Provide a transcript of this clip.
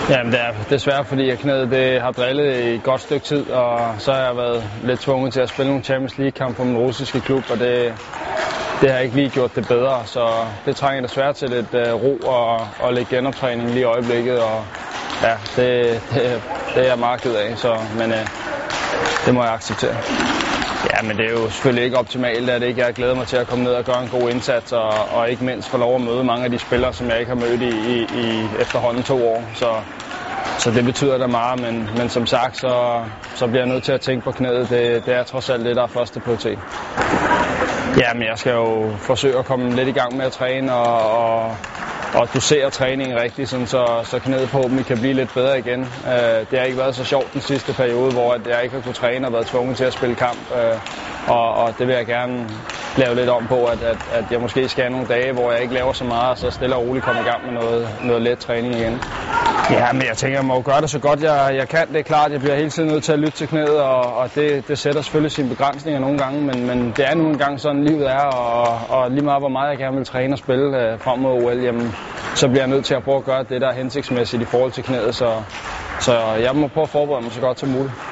Jamen det er desværre, fordi knæet det har drillet i et godt stykke tid, og så har jeg været lidt tvunget til at spille nogle Champions League-kampe på min russiske klub, og det har ikke lige gjort det bedre, så det trænger desværre til lidt ro og lidt genoptræning lige i øjeblikket, og ja, det er jeg meget ked af, men det må jeg acceptere. Ja, men det er jo selvfølgelig ikke optimalt, at ikke jeg glæder mig til at komme ned og gøre en god indsats, og ikke mindst få lov at møde mange af de spillere, som jeg ikke har mødt i efterhånden 2 år. Så det betyder da meget, men som sagt, så bliver jeg nødt til at tænke på knæet. Det er trods alt det, der er første prioritet. Ja, men jeg skal jo forsøge at komme lidt i gang med at træne og dosere træningen rigtigt, sådan så knæet forhåbentlig kan blive lidt bedre igen. Det har ikke været så sjovt den sidste periode, hvor jeg ikke har kunnet træne og været tvunget til at spille kamp. Og det vil jeg gerne lave lidt om på, at jeg måske skal have nogle dage, hvor jeg ikke laver så meget, og så stille og roligt komme i gang med noget let træning igen. Ja, men jeg tænker, jeg må gøre det så godt jeg kan. Det er klart, jeg bliver hele tiden nødt til at lytte til knæet, og det sætter selvfølgelig sine begrænsninger nogle gange, men det er nu engang sådan, livet er, og lige meget hvor meget jeg gerne vil træne og spille frem mod OL, jamen, så bliver jeg nødt til at prøve at gøre det, der er hensigtsmæssigt i forhold til knæet, så jeg må prøve at forberede mig så godt som muligt.